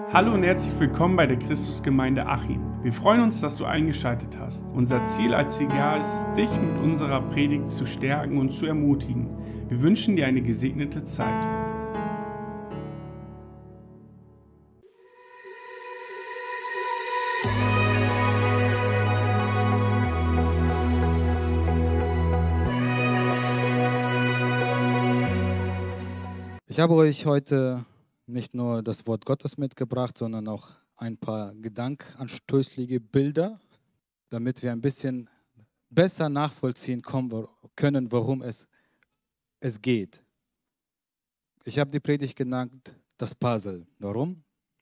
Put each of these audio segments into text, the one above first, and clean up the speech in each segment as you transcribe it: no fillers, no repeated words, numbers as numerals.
Hallo und herzlich willkommen bei der Christusgemeinde Achim. Wir freuen uns, dass du eingeschaltet hast. Unser Ziel als CGA ist es, dich mit unserer Predigt zu stärken und zu ermutigen. Wir wünschen dir eine gesegnete Zeit. Ich habe euch heute nicht nur das Wort Gottes mitgebracht, sondern auch ein paar gedankanstößige Bilder, damit wir ein bisschen besser nachvollziehen können, worum es geht. Ich habe die Predigt genannt, das Puzzle. Warum?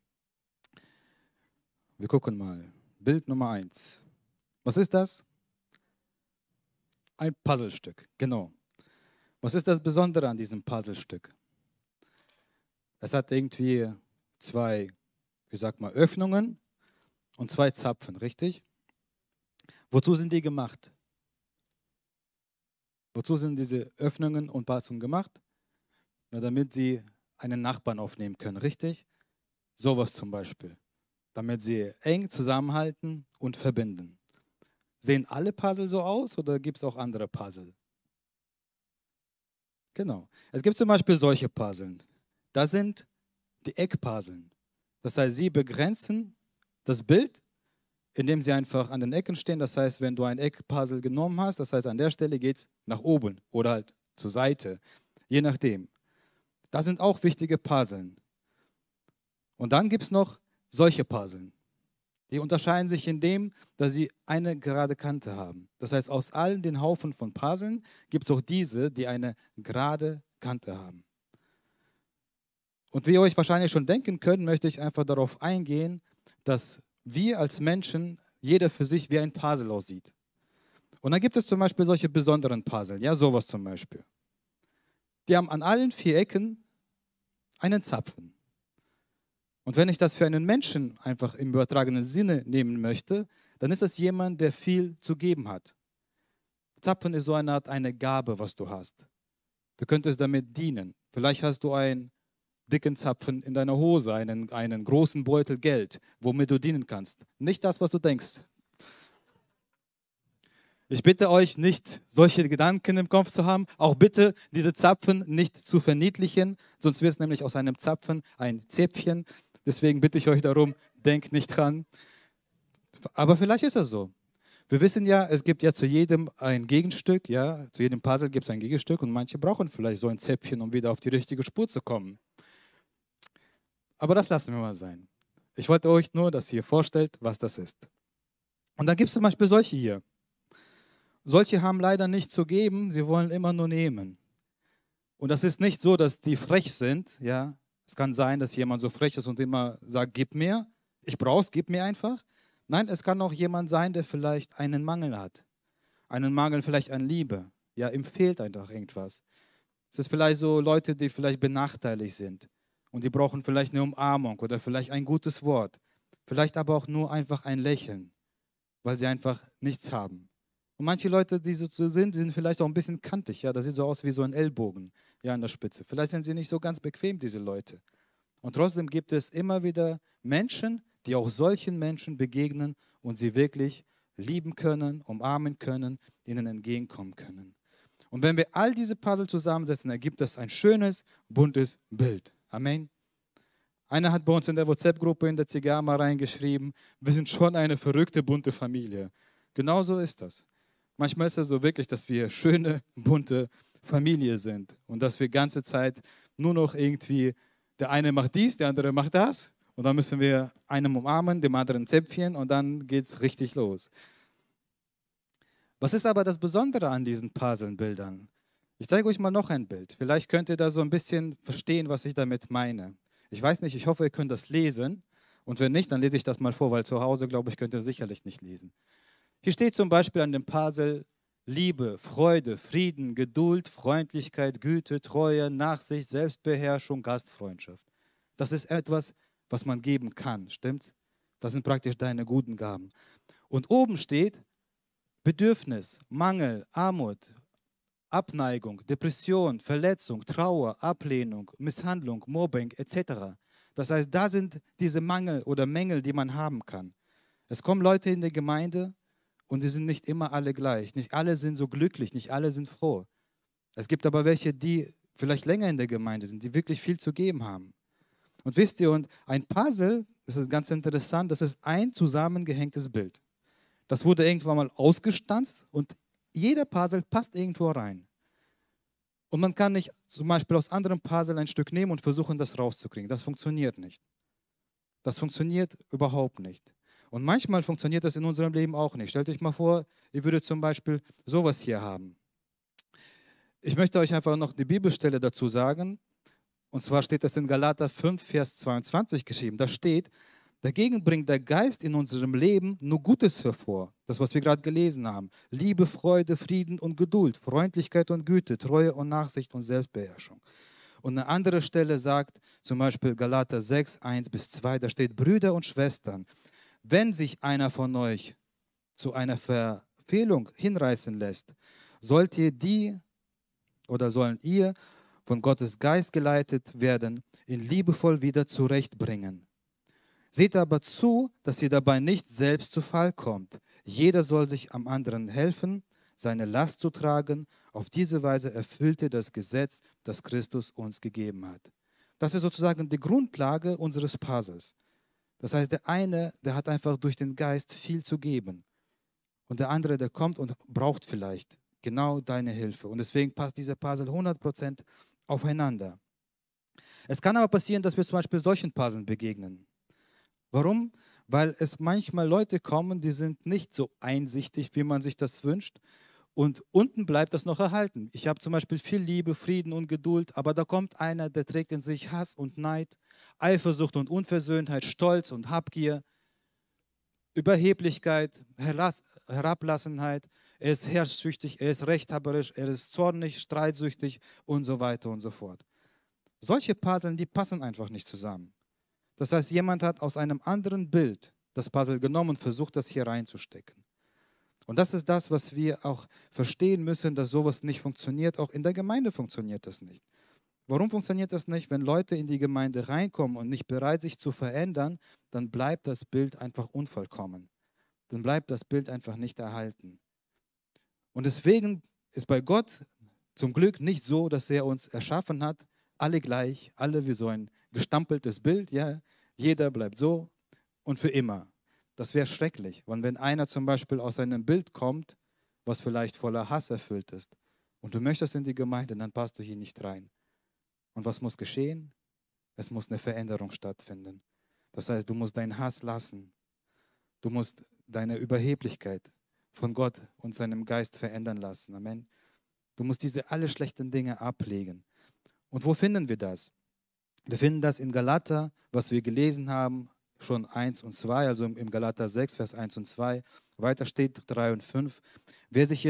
Wir gucken mal. Bild Nummer 1. Was ist das? Ein Puzzlestück, genau. Was ist das Besondere an diesem Puzzlestück? Es hat irgendwie zwei, Öffnungen und zwei Zapfen, richtig? Wozu sind die gemacht? Wozu sind diese Öffnungen und Passungen gemacht? Na, damit sie einen Nachbarn aufnehmen können, richtig? Sowas zum Beispiel. Damit sie eng zusammenhalten und verbinden. Sehen alle Puzzle so aus oder gibt es auch andere Puzzle? Genau. Es gibt zum Beispiel solche Puzzle. Das sind die Eckpuzzle. Das heißt, sie begrenzen das Bild, indem sie einfach an den Ecken stehen. Das heißt, wenn du ein Eckpuzzle genommen hast, das heißt, an der Stelle geht es nach oben oder halt zur Seite, je nachdem. Das sind auch wichtige Puzzle. Und dann gibt es noch solche Puzzle. Die unterscheiden sich in dem, dass sie eine gerade Kante haben. Das heißt, aus allen den Haufen von Puzzlen gibt es auch diese, die eine gerade Kante haben. Und wie ihr euch wahrscheinlich schon denken könnt, möchte ich einfach darauf eingehen, dass wir als Menschen, jeder für sich wie ein Puzzle aussieht. Und dann gibt es zum Beispiel solche besonderen Puzzle, ja, sowas zum Beispiel. Die haben an allen 4 Ecken einen Zapfen. Und wenn ich das für einen Menschen einfach im übertragenen Sinne nehmen möchte, dann ist das jemand, der viel zu geben hat. Zapfen ist so eine Art eine Gabe, was du hast. Du könntest damit dienen. Vielleicht hast du einen dicken Zapfen in deiner Hose, einen großen Beutel Geld, womit du dienen kannst. Nicht das, was du denkst. Ich bitte euch, nicht solche Gedanken im Kopf zu haben. Auch bitte diese Zapfen nicht zu verniedlichen, sonst wird es nämlich aus einem Zapfen ein Zäpfchen. Deswegen bitte ich euch darum, denkt nicht dran. Aber vielleicht ist das so. Wir wissen ja, es gibt ja zu jedem ein Gegenstück, ja, zu jedem Puzzle gibt es ein Gegenstück und manche brauchen vielleicht so ein Zäpfchen, um wieder auf die richtige Spur zu kommen. Aber das lassen wir mal sein. Ich wollte euch nur, dass ihr vorstellt, was das ist. Und dann gibt es zum Beispiel solche hier. Solche haben leider nicht zu geben, sie wollen immer nur nehmen. Und das ist nicht so, dass die frech sind, ja. Es kann sein, dass jemand so frech ist und immer sagt, gib mir, ich brauch's, gib mir einfach. Nein, es kann auch jemand sein, der vielleicht einen Mangel hat. Einen Mangel vielleicht an Liebe. Ja, ihm fehlt einfach irgendwas. Es ist vielleicht so Leute, die vielleicht benachteiligt sind. Und die brauchen vielleicht eine Umarmung oder vielleicht ein gutes Wort. Vielleicht aber auch nur einfach ein Lächeln, weil sie einfach nichts haben. Und manche Leute, die so sind, die sind vielleicht auch ein bisschen kantig. Ja, das sieht so aus wie so ein Ellbogen, ja, an der Spitze. Vielleicht sind sie nicht so ganz bequem, diese Leute. Und trotzdem gibt es immer wieder Menschen, die auch solchen Menschen begegnen und sie wirklich lieben können, umarmen können, ihnen entgegenkommen können. Und wenn wir all diese Puzzle zusammensetzen, ergibt das ein schönes, buntes Bild. Amen. Einer hat bei uns in der WhatsApp-Gruppe in der CGA mal reingeschrieben, wir sind schon eine verrückte, bunte Familie. Genau so ist das. Manchmal ist es so wirklich, dass wir schöne, bunte Familie sind und dass wir die ganze Zeit nur noch irgendwie, der eine macht dies, der andere macht das und dann müssen wir einen umarmen, dem anderen Zäpfchen und dann geht es richtig los. Was ist aber das Besondere an diesen Puzzle-Bildern? Ich zeige euch mal noch ein Bild. Vielleicht könnt ihr da so ein bisschen verstehen, was ich damit meine. Ich weiß nicht, ich hoffe, ihr könnt das lesen. Und wenn nicht, dann lese ich das mal vor, weil zu Hause, glaube ich, könnt ihr sicherlich nicht lesen. Hier steht zum Beispiel an dem Puzzle Liebe, Freude, Frieden, Geduld, Freundlichkeit, Güte, Treue, Nachsicht, Selbstbeherrschung, Gastfreundschaft. Das ist etwas, was man geben kann, stimmt's? Das sind praktisch deine guten Gaben. Und oben steht Bedürfnis, Mangel, Armut, Abneigung, Depression, Verletzung, Trauer, Ablehnung, Misshandlung, Mobbing etc. Das heißt, da sind diese Mangel oder Mängel, die man haben kann. Es kommen Leute in die Gemeinde und die sind nicht immer alle gleich. Nicht alle sind so glücklich, nicht alle sind froh. Es gibt aber welche, die vielleicht länger in der Gemeinde sind, die wirklich viel zu geben haben. Und wisst ihr, und ein Puzzle, das ist ganz interessant, das ist ein zusammengehängtes Bild. Das wurde irgendwann mal ausgestanzt und jeder Puzzle passt irgendwo rein. Und man kann nicht zum Beispiel aus anderem Puzzle ein Stück nehmen und versuchen, das rauszukriegen. Das funktioniert nicht. Das funktioniert überhaupt nicht. Und manchmal funktioniert das in unserem Leben auch nicht. Stellt euch mal vor, ihr würdet zum Beispiel sowas hier haben. Ich möchte euch einfach noch die Bibelstelle dazu sagen. Und zwar steht das in Galater 5, Vers 22 geschrieben. Da steht, dagegen bringt der Geist in unserem Leben nur Gutes hervor. Das, was wir gerade gelesen haben. Liebe, Freude, Frieden und Geduld, Freundlichkeit und Güte, Treue und Nachsicht und Selbstbeherrschung. Und eine andere Stelle sagt, zum Beispiel Galater 6, 1 bis 2, da steht, Brüder und Schwestern, wenn sich einer von euch zu einer Verfehlung hinreißen lässt, sollen ihr von Gottes Geist geleitet werden, ihn liebevoll wieder zurechtbringen. Seht aber zu, dass ihr dabei nicht selbst zu Fall kommt. Jeder soll sich am anderen helfen, seine Last zu tragen. Auf diese Weise erfüllt ihr das Gesetz, das Christus uns gegeben hat. Das ist sozusagen die Grundlage unseres Puzzles. Das heißt, der eine, der hat einfach durch den Geist viel zu geben. Und der andere, der kommt und braucht vielleicht genau deine Hilfe. Und deswegen passt dieser Puzzle 100% aufeinander. Es kann aber passieren, dass wir zum Beispiel solchen Puzzlen begegnen. Warum? Weil es manchmal Leute kommen, die sind nicht so einsichtig, wie man sich das wünscht. Und unten bleibt das noch erhalten. Ich habe zum Beispiel viel Liebe, Frieden und Geduld, aber da kommt einer, der trägt in sich Hass und Neid, Eifersucht und Unversöhnheit, Stolz und Habgier, Überheblichkeit, Herablassenheit. Er ist herrschsüchtig, er ist rechthaberisch, er ist zornig, streitsüchtig und so weiter und so fort. Solche Puzzle, die passen einfach nicht zusammen. Das heißt, jemand hat aus einem anderen Bild das Puzzle genommen und versucht, das hier reinzustecken. Und das ist das, was wir auch verstehen müssen, dass sowas nicht funktioniert. Auch in der Gemeinde funktioniert das nicht. Warum funktioniert das nicht? Wenn Leute in die Gemeinde reinkommen und nicht bereit, sich zu verändern, dann bleibt das Bild einfach unvollkommen. Dann bleibt das Bild einfach nicht erhalten. Und deswegen ist bei Gott zum Glück nicht so, dass er uns erschaffen hat, alle gleich, alle wie so ein gestampeltes Bild, ja, jeder bleibt so und für immer. Das wäre schrecklich, weil wenn einer zum Beispiel aus einem Bild kommt, was vielleicht voller Hass erfüllt ist, und du möchtest in die Gemeinde, dann passt du hier nicht rein. Und was muss geschehen? Es muss eine Veränderung stattfinden. Das heißt, du musst deinen Hass lassen. Du musst deine Überheblichkeit von Gott und seinem Geist verändern lassen. Amen. Du musst diese alle schlechten Dinge ablegen. Und wo finden wir das? Wir finden das in Galater, was wir gelesen haben, schon 1 und 2, also im Galater 6, Vers 1 und 2. Weiter steht 3 und 5. Wer sich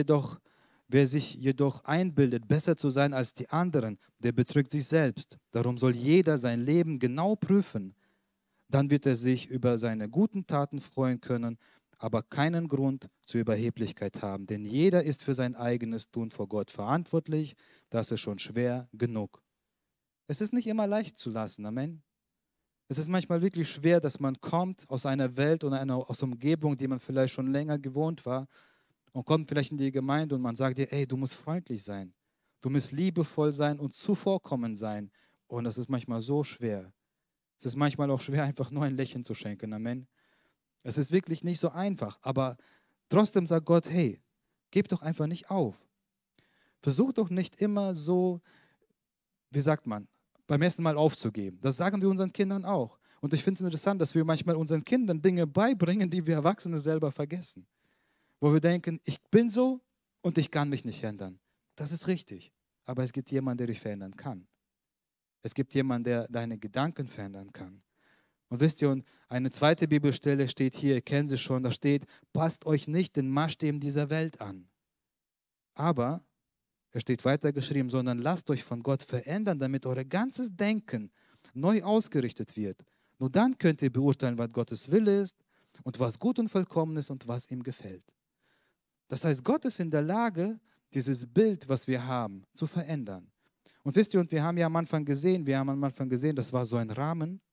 jedoch einbildet, besser zu sein als die anderen, der betrügt sich selbst. Darum soll jeder sein Leben genau prüfen. Dann wird er sich über seine guten Taten freuen können, aber keinen Grund zur Überheblichkeit haben. Denn jeder ist für sein eigenes Tun vor Gott verantwortlich. Das ist schon schwer genug. Es ist nicht immer leicht zu lassen. Amen. Es ist manchmal wirklich schwer, dass man kommt aus einer Welt oder aus einer Umgebung, die man vielleicht schon länger gewohnt war, und kommt vielleicht in die Gemeinde und man sagt dir, ey, du musst freundlich sein, du musst liebevoll sein und zuvorkommend sein. Und das ist manchmal so schwer. Es ist manchmal auch schwer, einfach nur ein Lächeln zu schenken. Amen. Es ist wirklich nicht so einfach, aber trotzdem sagt Gott, hey, gib doch einfach nicht auf. Versuch doch nicht immer so, wie sagt man, beim ersten Mal aufzugeben. Das sagen wir unseren Kindern auch. Und ich finde es interessant, dass wir manchmal unseren Kindern Dinge beibringen, die wir Erwachsene selber vergessen. Wo wir denken, ich bin so und ich kann mich nicht ändern. Das ist richtig. Aber es gibt jemanden, der dich verändern kann. Es gibt jemanden, der deine Gedanken verändern kann. Und wisst ihr, und eine zweite Bibelstelle steht hier, ihr kennt sie schon, da steht, passt euch nicht den Maßstäben dieser Welt an. Aber es steht weiter geschrieben, sondern lasst euch von Gott verändern, damit euer ganzes Denken neu ausgerichtet wird. Nur dann könnt ihr beurteilen, was Gottes Wille ist und was gut und vollkommen ist und was ihm gefällt. Das heißt, Gott ist in der Lage, dieses Bild, was wir haben, zu verändern. Und wisst ihr, und wir haben am Anfang gesehen, das war so ein Rahmen.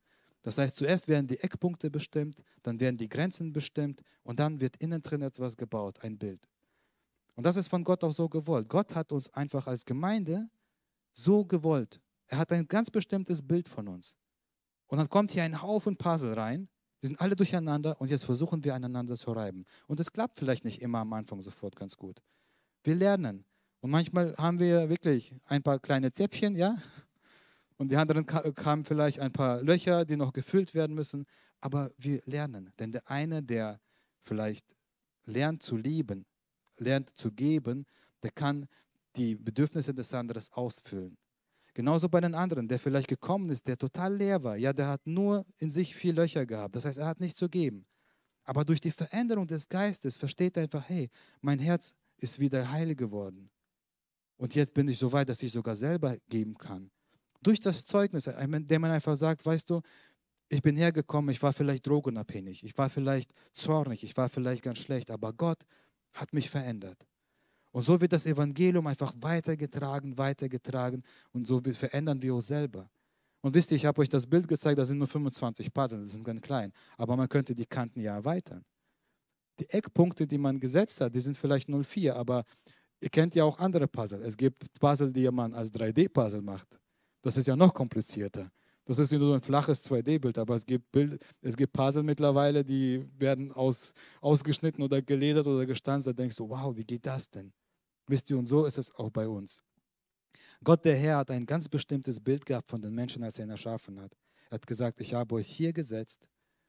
Das heißt, zuerst werden die Eckpunkte bestimmt, dann werden die Grenzen bestimmt und dann wird innen drin etwas gebaut, ein Bild. Und das ist von Gott auch so gewollt. Gott hat uns einfach als Gemeinde so gewollt. Er hat ein ganz bestimmtes Bild von uns. Und dann kommt hier ein Haufen Puzzle rein, die sind alle durcheinander und jetzt versuchen wir aneinander zu reiben. Und es klappt vielleicht nicht immer am Anfang sofort ganz gut. Wir lernen. Und manchmal haben wir wirklich ein paar kleine Zäpfchen, ja, und die anderen haben vielleicht ein paar Löcher, die noch gefüllt werden müssen. Aber wir lernen. Denn der eine, der vielleicht lernt zu lieben, lernt zu geben, der kann die Bedürfnisse des anderen ausfüllen. Genauso bei den anderen, der vielleicht gekommen ist, der total leer war. Ja, der hat nur in sich 4 Löcher gehabt. Das heißt, er hat nichts zu geben. Aber durch die Veränderung des Geistes versteht er einfach, hey, mein Herz ist wieder heil geworden. Und jetzt bin ich so weit, dass ich sogar selber geben kann. Durch das Zeugnis, indem man einfach sagt, weißt du, ich bin hergekommen, ich war vielleicht drogenabhängig, ich war vielleicht zornig, ich war vielleicht ganz schlecht, aber Gott hat mich verändert. Und so wird das Evangelium einfach weitergetragen und so verändern wir uns selber. Und wisst ihr, ich habe euch das Bild gezeigt, da sind nur 25 Puzzle, das sind ganz klein, aber man könnte die Kanten ja erweitern. Die Eckpunkte, die man gesetzt hat, die sind vielleicht 0,4, aber ihr kennt ja auch andere Puzzle. Es gibt Puzzle, die man als 3D-Puzzle macht. Das ist ja noch komplizierter. Das ist nur so ein flaches 2D-Bild, aber es gibt Puzzle mittlerweile, die werden ausgeschnitten oder gelasert oder gestanzt. Da denkst du, wow, wie geht das denn? Wisst ihr, und so ist es auch bei uns. Gott, der Herr, hat ein ganz bestimmtes Bild gehabt von den Menschen, als er ihn erschaffen hat. Er hat gesagt, ich habe euch hier gesetzt,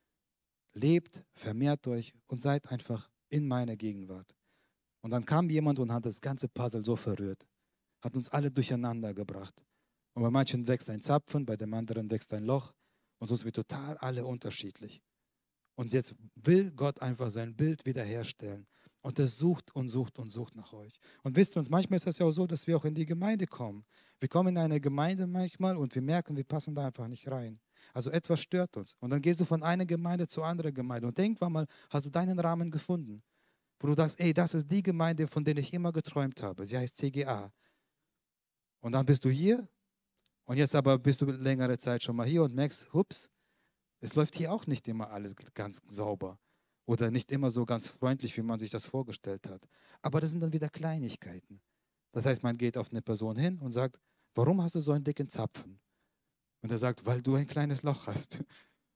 lebt, vermehrt euch und seid einfach in meiner Gegenwart. Und dann kam jemand und hat das ganze Puzzle so verrührt, hat uns alle durcheinander gebracht. Und bei manchen wächst ein Zapfen, bei dem anderen wächst ein Loch. Und so sind wir total alle unterschiedlich. Und jetzt will Gott einfach sein Bild wiederherstellen. Und er sucht und sucht und sucht nach euch. Und wisst ihr, manchmal ist das ja auch so, dass wir auch in die Gemeinde kommen. Wir kommen in eine Gemeinde manchmal und wir merken, wir passen da einfach nicht rein. Also etwas stört uns. Und dann gehst du von einer Gemeinde zur anderen Gemeinde. Und irgendwann mal hast du deinen Rahmen gefunden, wo du sagst, ey, das ist die Gemeinde, von der ich immer geträumt habe. Sie heißt CGA. Und dann bist du hier. Und jetzt aber bist du längere Zeit schon mal hier und merkst, hups, es läuft hier auch nicht immer alles ganz sauber oder nicht immer so ganz freundlich, wie man sich das vorgestellt hat. Aber das sind dann wieder Kleinigkeiten. Das heißt, man geht auf eine Person hin und sagt, warum hast du so einen dicken Zapfen? Und er sagt, weil du ein kleines Loch hast.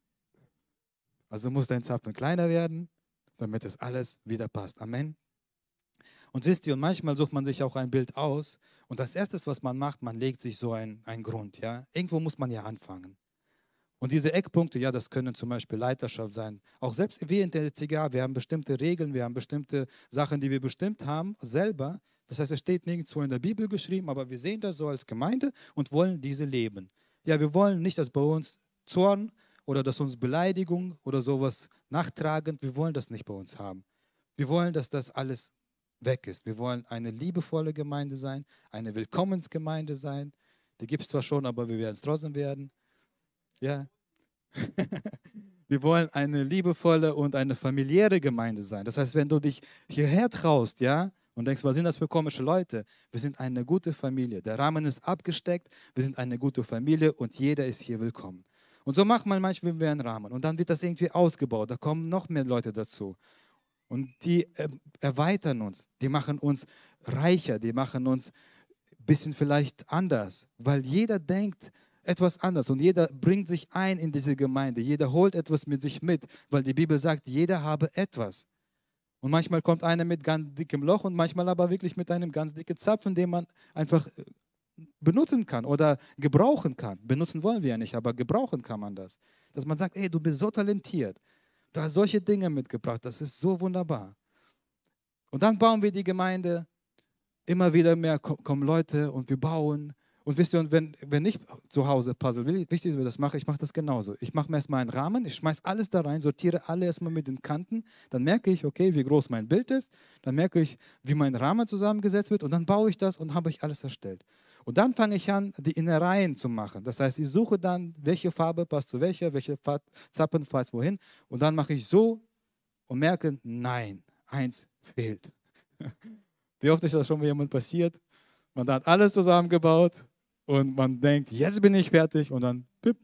Also muss dein Zapfen kleiner werden, damit es alles wieder passt. Amen. Und wisst ihr, und manchmal sucht man sich auch ein Bild aus und das Erste, was man macht, man legt sich so einen Grund. Ja? Irgendwo muss man ja anfangen. Und diese Eckpunkte, ja, das können zum Beispiel Leiterschaft sein. Auch selbst wir in der CGA, wir haben bestimmte Regeln, wir haben bestimmte Sachen, die wir bestimmt haben, selber. Das heißt, es steht nirgendwo in der Bibel geschrieben, aber wir sehen das so als Gemeinde und wollen diese leben. Ja, wir wollen nicht, dass bei uns Zorn oder dass uns Beleidigung oder sowas nachtragend, wir wollen das nicht bei uns haben. Wir wollen, dass das alles weg ist. Wir wollen eine liebevolle Gemeinde sein, eine Willkommensgemeinde sein. Die gibt es zwar schon, aber wir werden es trotzdem werden. Ja. Wir wollen eine liebevolle und eine familiäre Gemeinde sein. Das heißt, wenn du dich hierher traust, ja, und denkst, was sind das für komische Leute? Wir sind eine gute Familie. Der Rahmen ist abgesteckt, wir sind eine gute Familie und jeder ist hier willkommen. Und so macht man manchmal einen Rahmen und dann wird das irgendwie ausgebaut. Da kommen noch mehr Leute dazu. Und die erweitern uns, die machen uns reicher, die machen uns ein bisschen vielleicht anders, weil jeder denkt etwas anders und jeder bringt sich ein in diese Gemeinde, jeder holt etwas mit sich mit, weil die Bibel sagt, jeder habe etwas. Und manchmal kommt einer mit ganz dickem Loch und manchmal aber wirklich mit einem ganz dicken Zapfen, den man einfach benutzen kann oder gebrauchen kann. Benutzen wollen wir ja nicht, aber gebrauchen kann man das. Dass man sagt, ey, du bist so talentiert. Du hast solche Dinge mitgebracht, das ist so wunderbar. Und dann bauen wir die Gemeinde, immer wieder mehr kommen Leute und wir bauen. Und wisst ihr, und wenn ich zu Hause Puzzle will, wichtig ist, wie ich das mache, ich mache das genauso. Ich mache mir erstmal einen Rahmen, ich schmeiße alles da rein, sortiere alle erstmal mit den Kanten, dann merke ich, okay, wie groß mein Bild ist, dann merke ich, wie mein Rahmen zusammengesetzt wird und dann baue ich das und habe ich alles erstellt. Und dann fange ich an, die Innereien zu machen. Das heißt, ich suche dann, welche Farbe passt zu welche Zappen passt wohin. Und dann mache ich so und merke, nein, eins fehlt. Wie oft ist das schon mal jemand passiert? Man hat alles zusammengebaut und man denkt, jetzt bin ich fertig und dann, pipp,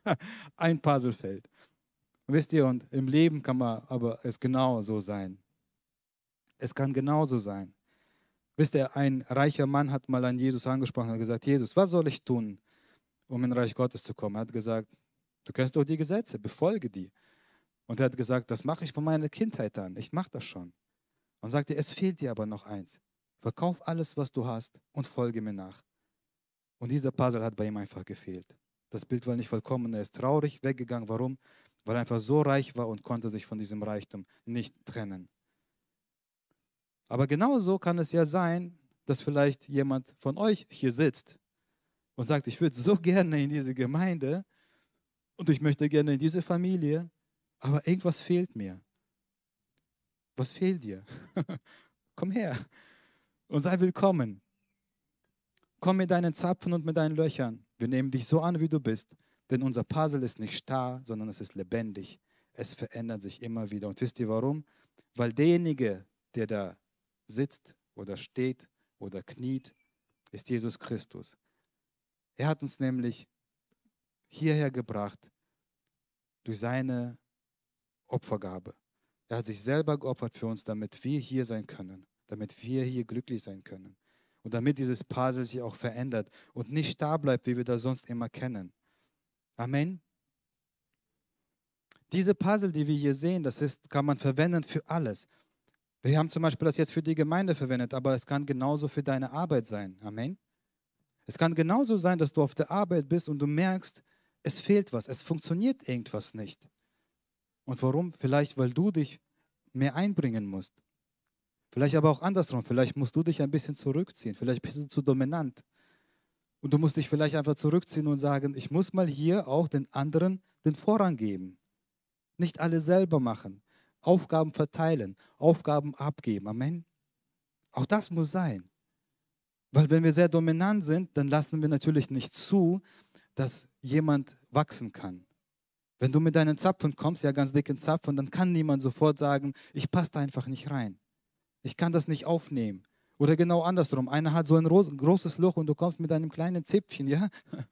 Ein Puzzle fällt. Wisst ihr, und im Leben kann man aber es genau so sein. Es kann genauso sein. Wisst ihr, ein reicher Mann hat mal an Jesus angesprochen und gesagt, Jesus, was soll ich tun, um in Reich Gottes zu kommen? Er hat gesagt, du kennst doch die Gesetze, befolge die. Und er hat gesagt, das mache ich von meiner Kindheit an, ich mache das schon. Und sagte, es fehlt dir aber noch eins. Verkauf alles, was du hast und folge mir nach. Und dieser Puzzle hat bei ihm einfach gefehlt. Das Bild war nicht vollkommen, er ist traurig weggegangen. Warum? Weil er einfach so reich war und konnte sich von diesem Reichtum nicht trennen. Aber genauso kann es ja sein, dass vielleicht jemand von euch hier sitzt und sagt, ich würde so gerne in diese Gemeinde und ich möchte gerne in diese Familie, aber irgendwas fehlt mir. Was fehlt dir? Komm her und sei willkommen. Komm mit deinen Zapfen und mit deinen Löchern. Wir nehmen dich so an, wie du bist, denn unser Puzzle ist nicht starr, sondern es ist lebendig. Es verändert sich immer wieder. Und wisst ihr warum? Weil derjenige, der da sitzt oder steht oder kniet, ist Jesus Christus. Er hat uns nämlich hierher gebracht durch seine Opfergabe. Er hat sich selber geopfert für uns, damit wir hier sein können, damit wir hier glücklich sein können und damit dieses Puzzle sich auch verändert und nicht starr bleibt, wie wir das sonst immer kennen. Amen. Diese Puzzle, die wir hier sehen, kann man verwenden für alles. Wir haben zum Beispiel das jetzt für die Gemeinde verwendet, aber es kann genauso für deine Arbeit sein. Amen. Es kann genauso sein, dass du auf der Arbeit bist und du merkst, es fehlt was, es funktioniert irgendwas nicht. Und warum? Vielleicht, weil du dich mehr einbringen musst. Vielleicht aber auch andersrum. Vielleicht musst du dich ein bisschen zurückziehen. Vielleicht bist du zu dominant. Und du musst dich vielleicht einfach zurückziehen und sagen, ich muss mal hier auch den anderen den Vorrang geben. Nicht alles selber machen. Aufgaben verteilen, Aufgaben abgeben. Amen. Auch das muss sein. Weil wenn wir sehr dominant sind, dann lassen wir natürlich nicht zu, dass jemand wachsen kann. Wenn du mit deinen Zapfen kommst, ja ganz dicken Zapfen, dann kann niemand sofort sagen, ich passe da einfach nicht rein. Ich kann das nicht aufnehmen. Oder genau andersrum. Einer hat so ein großes Loch und du kommst mit einem kleinen Zäpfchen, ja?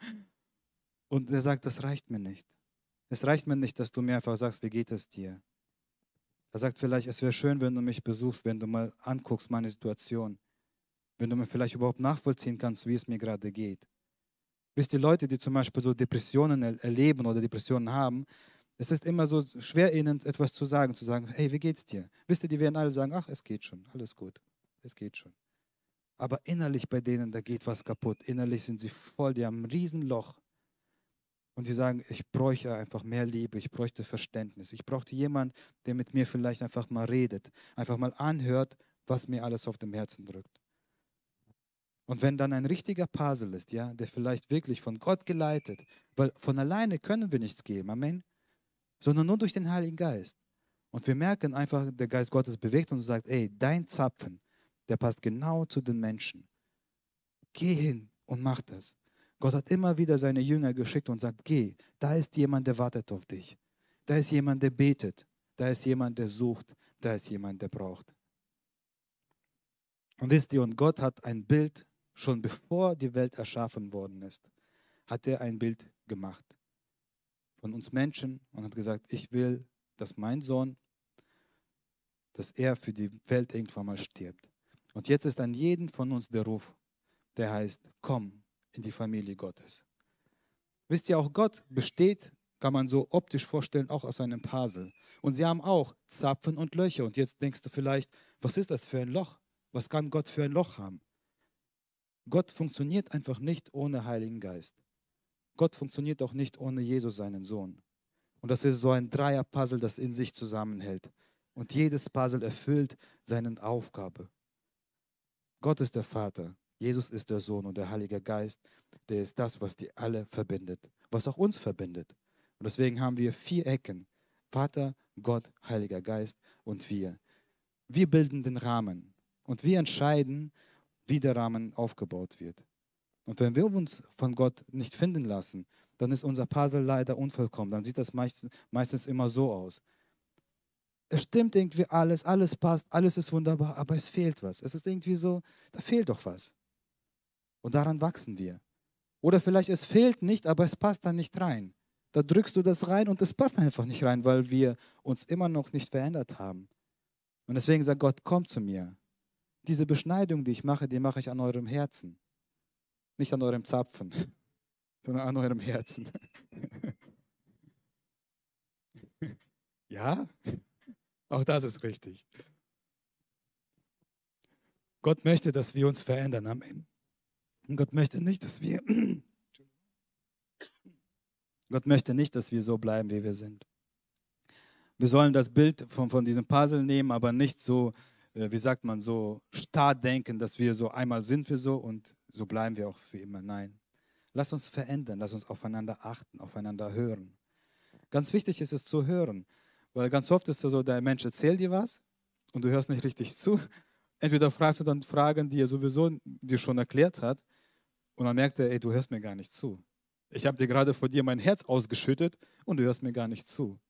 Und er sagt, das reicht mir nicht. Es reicht mir nicht, dass du mir einfach sagst, wie geht es dir? Er sagt vielleicht, es wäre schön, wenn du mich besuchst, wenn du mal anguckst meine Situation. Wenn du mir vielleicht überhaupt nachvollziehen kannst, wie es mir gerade geht. Wisst ihr, Leute, die zum Beispiel so Depressionen erleben oder Depressionen haben, es ist immer so schwer, ihnen etwas zu sagen, hey, wie geht's dir? Wisst ihr, die werden alle sagen, ach, es geht schon, alles gut, es geht schon. Aber innerlich bei denen, da geht was kaputt. Innerlich sind sie voll, die haben ein Riesenloch. Und sie sagen, ich bräuchte einfach mehr Liebe, ich bräuchte Verständnis. Ich brauchte jemanden, der mit mir vielleicht einfach mal redet, einfach mal anhört, was mir alles auf dem Herzen drückt. Und wenn dann ein richtiger Puzzle ist, ja, der vielleicht wirklich von Gott geleitet, weil von alleine können wir nichts geben, Amen, sondern nur durch den Heiligen Geist. Und wir merken einfach, der Geist Gottes bewegt uns und sagt, ey, dein Zapfen, der passt genau zu den Menschen. Geh hin und mach das. Gott hat immer wieder seine Jünger geschickt und sagt, geh, da ist jemand, der wartet auf dich. Da ist jemand, der betet. Da ist jemand, der sucht. Da ist jemand, der braucht. Und wisst ihr, und Gott hat ein Bild, schon bevor die Welt erschaffen worden ist, hat er ein Bild gemacht von uns Menschen und hat gesagt, ich will, dass mein Sohn, dass er für die Welt irgendwann mal stirbt. Und jetzt ist an jeden von uns der Ruf, der heißt, komm in die Familie Gottes. Wisst ihr, auch Gott besteht, kann man so optisch vorstellen, auch aus einem Puzzle. Und sie haben auch Zapfen und Löcher. Und jetzt denkst du vielleicht, was ist das für ein Loch? Was kann Gott für ein Loch haben? Gott funktioniert einfach nicht ohne Heiligen Geist. Gott funktioniert auch nicht ohne Jesus, seinen Sohn. Und das ist so ein Dreier-Puzzle, das in sich zusammenhält. Und jedes Puzzle erfüllt seine Aufgabe. Gott ist der Vater, Jesus ist der Sohn und der Heilige Geist, der ist das, was die alle verbindet, was auch uns verbindet. Und deswegen haben wir 4 Ecken. Vater, Gott, Heiliger Geist und wir. Wir bilden den Rahmen und wir entscheiden, wie der Rahmen aufgebaut wird. Und wenn wir uns von Gott nicht finden lassen, dann ist unser Puzzle leider unvollkommen. Dann sieht das meistens immer so aus. Es stimmt irgendwie alles, alles passt, alles ist wunderbar, aber es fehlt was. Es ist irgendwie so, da fehlt doch was. Und daran wachsen wir. Oder vielleicht es fehlt nicht, aber es passt dann nicht rein. Da drückst du das rein und es passt einfach nicht rein, weil wir uns immer noch nicht verändert haben. Und deswegen sagt Gott, kommt zu mir. Diese Beschneidung, die mache ich an eurem Herzen. Nicht an eurem Zapfen, sondern an eurem Herzen. Ja, auch das ist richtig. Gott möchte, dass wir uns verändern. Amen. Und Gott möchte nicht, dass wir Gott möchte nicht, dass wir so bleiben, wie wir sind. Wir sollen das Bild von diesem Puzzle nehmen, aber nicht so, wie sagt man, so starr denken, dass wir so einmal sind wir so und so bleiben wir auch für immer. Nein. Lass uns verändern, lass uns aufeinander achten, aufeinander hören. Ganz wichtig ist es zu hören, weil ganz oft ist es so, der Mensch erzählt dir was und du hörst nicht richtig zu. Entweder fragst du dann Fragen, die er sowieso dir schon erklärt hat und dann merkt er, ey, du hörst mir gar nicht zu. Ich habe dir gerade vor dir mein Herz ausgeschüttet und du hörst mir gar nicht zu.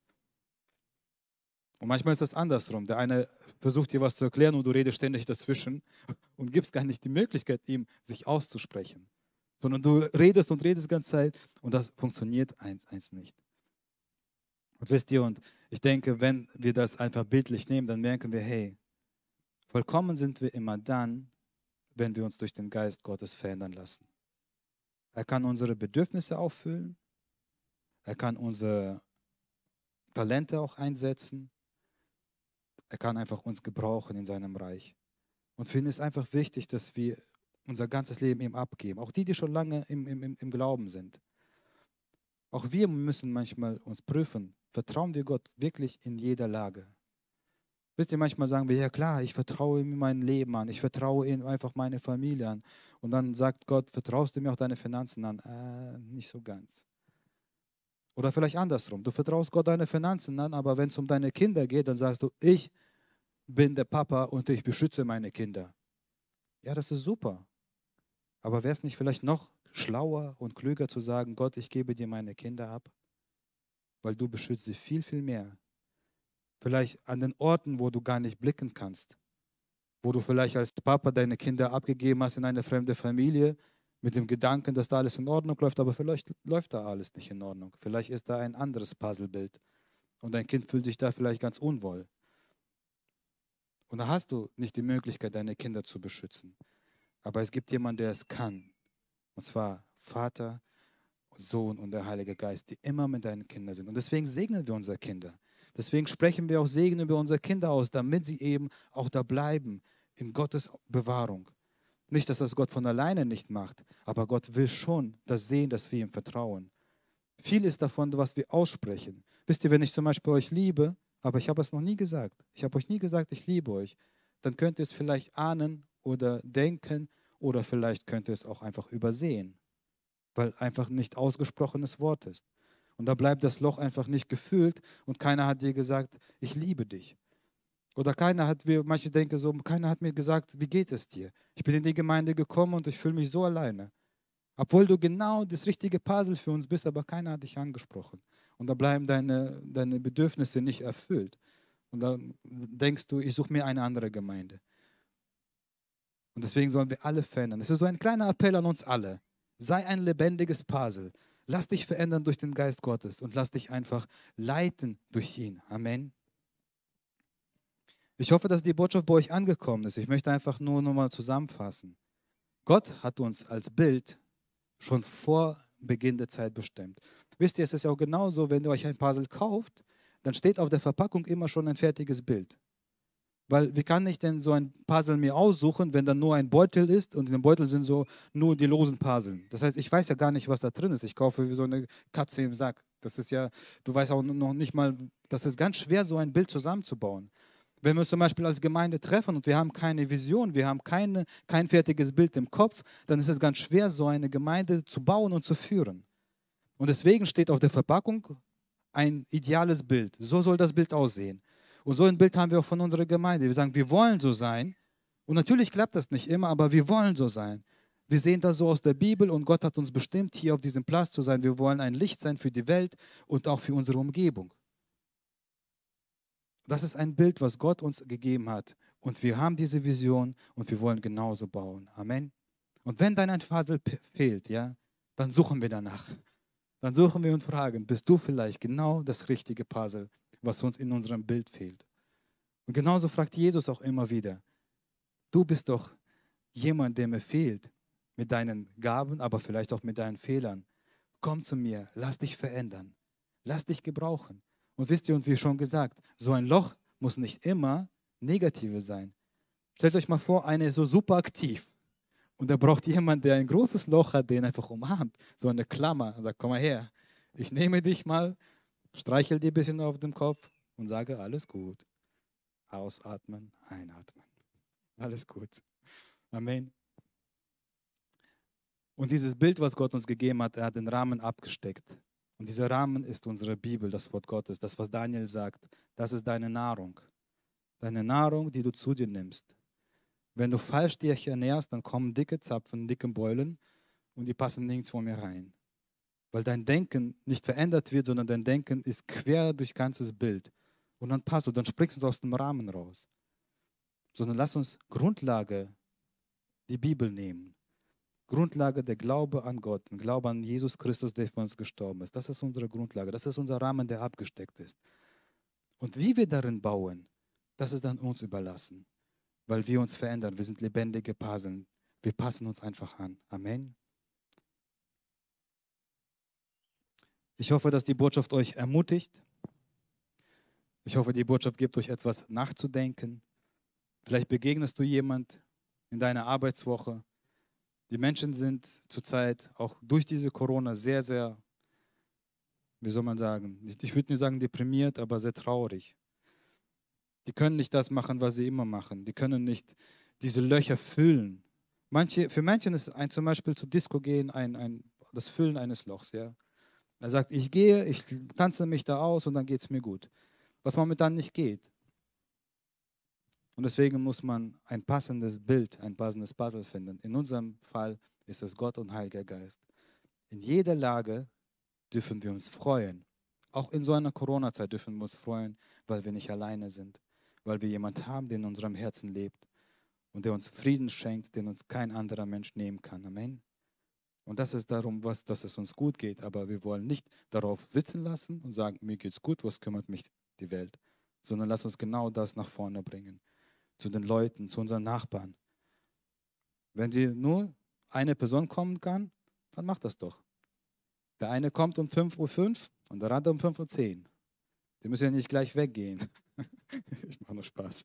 Und manchmal ist das andersrum. Der eine versucht dir was zu erklären und du redest ständig dazwischen und gibst gar nicht die Möglichkeit, ihm sich auszusprechen. Sondern du redest und redest die ganze Zeit und das funktioniert eins nicht. Und wisst ihr, und ich denke, wenn wir das einfach bildlich nehmen, dann merken wir, hey, vollkommen sind wir immer dann, wenn wir uns durch den Geist Gottes verändern lassen. Er kann unsere Bedürfnisse auffüllen. Er kann unsere Talente auch einsetzen. Er kann einfach uns gebrauchen in seinem Reich. Und für ihn ist einfach wichtig, dass wir unser ganzes Leben ihm abgeben. Auch die schon lange im Glauben sind. Auch wir müssen manchmal uns prüfen. Vertrauen wir Gott wirklich in jeder Lage? Wisst ihr, manchmal sagen wir, ja klar, ich vertraue ihm mein Leben an, ich vertraue ihm einfach meine Familie an. Und dann sagt Gott, vertraust du mir auch deine Finanzen an? Nicht so ganz. Oder vielleicht andersrum, du vertraust Gott deine Finanzen an, aber wenn es um deine Kinder geht, dann sagst du, ich bin der Papa und ich beschütze meine Kinder. Ja, das ist super. Aber wäre es nicht vielleicht noch schlauer und klüger zu sagen, Gott, ich gebe dir meine Kinder ab, weil du beschützt sie viel, viel mehr. Vielleicht an den Orten, wo du gar nicht blicken kannst, wo du vielleicht als Papa deine Kinder abgegeben hast in eine fremde Familie, mit dem Gedanken, dass da alles in Ordnung läuft, aber vielleicht läuft da alles nicht in Ordnung. Vielleicht ist da ein anderes Puzzlebild und dein Kind fühlt sich da vielleicht ganz unwohl. Und da hast du nicht die Möglichkeit, deine Kinder zu beschützen. Aber es gibt jemanden, der es kann. Und zwar Vater, Sohn und der Heilige Geist, die immer mit deinen Kindern sind. Und deswegen segnen wir unsere Kinder. Deswegen sprechen wir auch Segen über unsere Kinder aus, damit sie eben auch da bleiben, in Gottes Bewahrung. Nicht, dass das Gott von alleine nicht macht, aber Gott will schon das sehen, dass wir ihm vertrauen. Viel ist davon, was wir aussprechen. Wisst ihr, wenn ich zum Beispiel euch liebe, aber ich habe es noch nie gesagt, ich habe euch nie gesagt, ich liebe euch, dann könnt ihr es vielleicht ahnen oder denken oder vielleicht könnt ihr es auch einfach übersehen, weil einfach nicht ausgesprochenes Wort ist. Und da bleibt das Loch einfach nicht gefüllt und keiner hat dir gesagt, ich liebe dich. Oder manche denken so, keiner hat mir gesagt, wie geht es dir? Ich bin in die Gemeinde gekommen und ich fühle mich so alleine. Obwohl du genau das richtige Puzzle für uns bist, aber keiner hat dich angesprochen. Und da bleiben deine Bedürfnisse nicht erfüllt. Und dann denkst du, ich suche mir eine andere Gemeinde. Und deswegen sollen wir alle verändern. Das ist so ein kleiner Appell an uns alle. Sei ein lebendiges Puzzle. Lass dich verändern durch den Geist Gottes und lass dich einfach leiten durch ihn. Amen. Ich hoffe, dass die Botschaft bei euch angekommen ist. Ich möchte einfach nur mal zusammenfassen. Gott hat uns als Bild schon vor Beginn der Zeit bestimmt. Wisst ihr, es ist ja auch genauso, wenn ihr euch ein Puzzle kauft, dann steht auf der Verpackung immer schon ein fertiges Bild. Weil wie kann ich denn so ein Puzzle mir aussuchen, wenn da nur ein Beutel ist und in dem Beutel sind so nur die losen Puzzle. Das heißt, ich weiß ja gar nicht, was da drin ist. Ich kaufe wie so eine Katze im Sack. Das ist ja, du weißt auch noch nicht mal, das ist ganz schwer, so ein Bild zusammenzubauen. Wenn wir uns zum Beispiel als Gemeinde treffen und wir haben keine Vision, wir haben kein fertiges Bild im Kopf, dann ist es ganz schwer, so eine Gemeinde zu bauen und zu führen. Und deswegen steht auf der Verpackung ein ideales Bild. So soll das Bild aussehen. Und so ein Bild haben wir auch von unserer Gemeinde. Wir sagen, wir wollen so sein. Und natürlich klappt das nicht immer, aber wir wollen so sein. Wir sehen das so aus der Bibel und Gott hat uns bestimmt, hier auf diesem Platz zu sein. Wir wollen ein Licht sein für die Welt und auch für unsere Umgebung. Das ist ein Bild, was Gott uns gegeben hat. Und wir haben diese Vision und wir wollen genauso bauen. Amen. Und wenn dann ein Puzzle fehlt, ja, dann suchen wir danach. Dann suchen wir und fragen, bist du vielleicht genau das richtige Puzzle, was uns in unserem Bild fehlt? Und genauso fragt Jesus auch immer wieder, du bist doch jemand, der mir fehlt, mit deinen Gaben, aber vielleicht auch mit deinen Fehlern. Komm zu mir, lass dich verändern, lass dich gebrauchen. Und wisst ihr, und wie schon gesagt, so ein Loch muss nicht immer negative sein. Stellt euch mal vor, einer ist so super aktiv und er braucht jemanden, der ein großes Loch hat, den einfach umarmt, so eine Klammer und sagt, komm mal her, ich nehme dich mal, streichel dir ein bisschen auf den Kopf und sage, alles gut. Ausatmen, einatmen. Alles gut. Amen. Und dieses Bild, was Gott uns gegeben hat, er hat den Rahmen abgesteckt. Und dieser Rahmen ist unsere Bibel, das Wort Gottes, das, was Daniel sagt. Das ist deine Nahrung. Deine Nahrung, die du zu dir nimmst. Wenn du falsch dich ernährst, dann kommen dicke Zapfen, dicke Beulen und die passen nirgendwo mehr rein. Weil dein Denken nicht verändert wird, sondern dein Denken ist quer durch ganzes Bild. Und dann passt du, dann springst du aus dem Rahmen raus. Sondern lass uns Grundlage, die Bibel nehmen. Grundlage der Glaube an Gott, der Glaube an Jesus Christus, der für uns gestorben ist. Das ist unsere Grundlage, das ist unser Rahmen, der abgesteckt ist. Und wie wir darin bauen, das ist dann uns überlassen, weil wir uns verändern. Wir sind lebendige Puzzle. Wir passen uns einfach an. Amen. Ich hoffe, dass die Botschaft euch ermutigt. Ich hoffe, die Botschaft gibt euch etwas nachzudenken. Vielleicht begegnest du jemand in deiner Arbeitswoche. Die Menschen sind zurzeit auch durch diese Corona sehr, sehr, wie soll man sagen, ich würde nicht sagen deprimiert, aber sehr traurig. Die können nicht das machen, was sie immer machen. Die können nicht diese Löcher füllen. Für manche ist zum Beispiel zu Disco gehen das Füllen eines Lochs. Ja? Er sagt, ich gehe, ich tanze mich da aus und dann geht es mir gut. Was momentan nicht geht. Und deswegen muss man ein passendes Bild, ein passendes Puzzle finden. In unserem Fall ist es Gott und Heiliger Geist. In jeder Lage dürfen wir uns freuen. Auch in so einer Corona-Zeit dürfen wir uns freuen, weil wir nicht alleine sind. Weil wir jemanden haben, der in unserem Herzen lebt und der uns Frieden schenkt, den uns kein anderer Mensch nehmen kann. Amen. Und das ist darum, dass es uns gut geht. Aber wir wollen nicht darauf sitzen lassen und sagen, mir geht's gut, was kümmert mich die Welt? Sondern lass uns genau das nach vorne bringen. Zu den Leuten, zu unseren Nachbarn. Wenn sie nur eine Person kommen kann, dann macht das doch. Der eine kommt um 5:05 Uhr und der andere um 5:10 Uhr. Die müssen ja nicht gleich weggehen. Ich mache nur Spaß.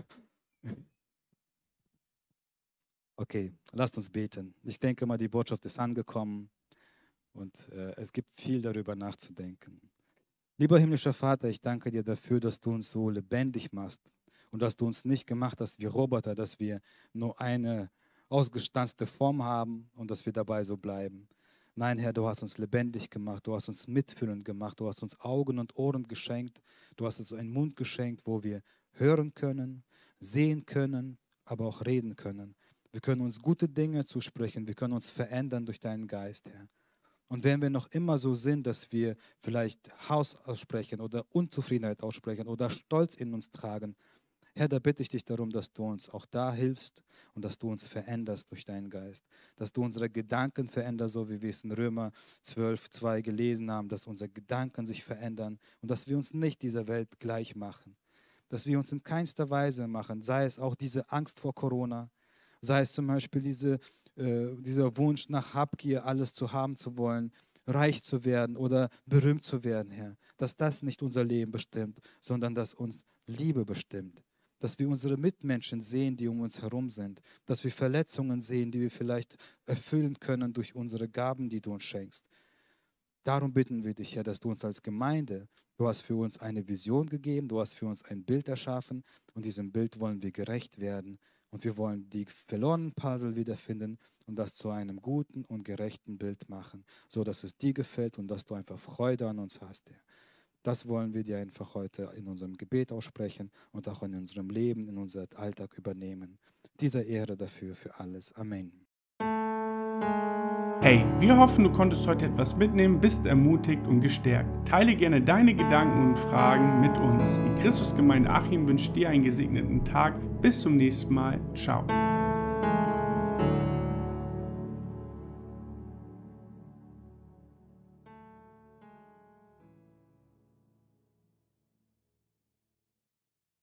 Okay, lasst uns beten. Ich denke mal, die Botschaft ist angekommen und es gibt viel darüber nachzudenken. Lieber himmlischer Vater, ich danke dir dafür, dass du uns so lebendig machst. Und dass du uns nicht gemacht hast wie Roboter, dass wir nur eine ausgestanzte Form haben und dass wir dabei so bleiben. Nein, Herr, du hast uns lebendig gemacht, du hast uns mitfühlend gemacht, du hast uns Augen und Ohren geschenkt, du hast uns einen Mund geschenkt, wo wir hören können, sehen können, aber auch reden können. Wir können uns gute Dinge zusprechen, wir können uns verändern durch deinen Geist, Herr. Und wenn wir noch immer so sind, dass wir vielleicht Hass aussprechen oder Unzufriedenheit aussprechen oder Stolz in uns tragen, Herr, da bitte ich dich darum, dass du uns auch da hilfst und dass du uns veränderst durch deinen Geist. Dass du unsere Gedanken veränderst, so wie wir es in Römer 12,2 gelesen haben, dass unsere Gedanken sich verändern und dass wir uns nicht dieser Welt gleich machen. Dass wir uns in keinster Weise machen, sei es auch diese Angst vor Corona, sei es zum Beispiel dieser Wunsch nach Habgier, alles zu haben zu wollen, reich zu werden oder berühmt zu werden, Herr. Dass das nicht unser Leben bestimmt, sondern dass uns Liebe bestimmt. Dass wir unsere Mitmenschen sehen, die um uns herum sind. Dass wir Verletzungen sehen, die wir vielleicht erfüllen können durch unsere Gaben, die du uns schenkst. Darum bitten wir dich, Herr, dass du uns als Gemeinde, du hast für uns eine Vision gegeben, du hast für uns ein Bild erschaffen und diesem Bild wollen wir gerecht werden. Und wir wollen die verlorenen Puzzle wiederfinden und das zu einem guten und gerechten Bild machen, so dass es dir gefällt und dass du einfach Freude an uns hast, Herr. Das wollen wir dir einfach heute in unserem Gebet aussprechen und auch in unserem Leben, in unserem Alltag übernehmen. Dieser Ehre dafür für alles. Amen. Hey, wir hoffen, du konntest heute etwas mitnehmen, bist ermutigt und gestärkt. Teile gerne deine Gedanken und Fragen mit uns. Die Christusgemeinde Achim wünscht dir einen gesegneten Tag. Bis zum nächsten Mal. Ciao.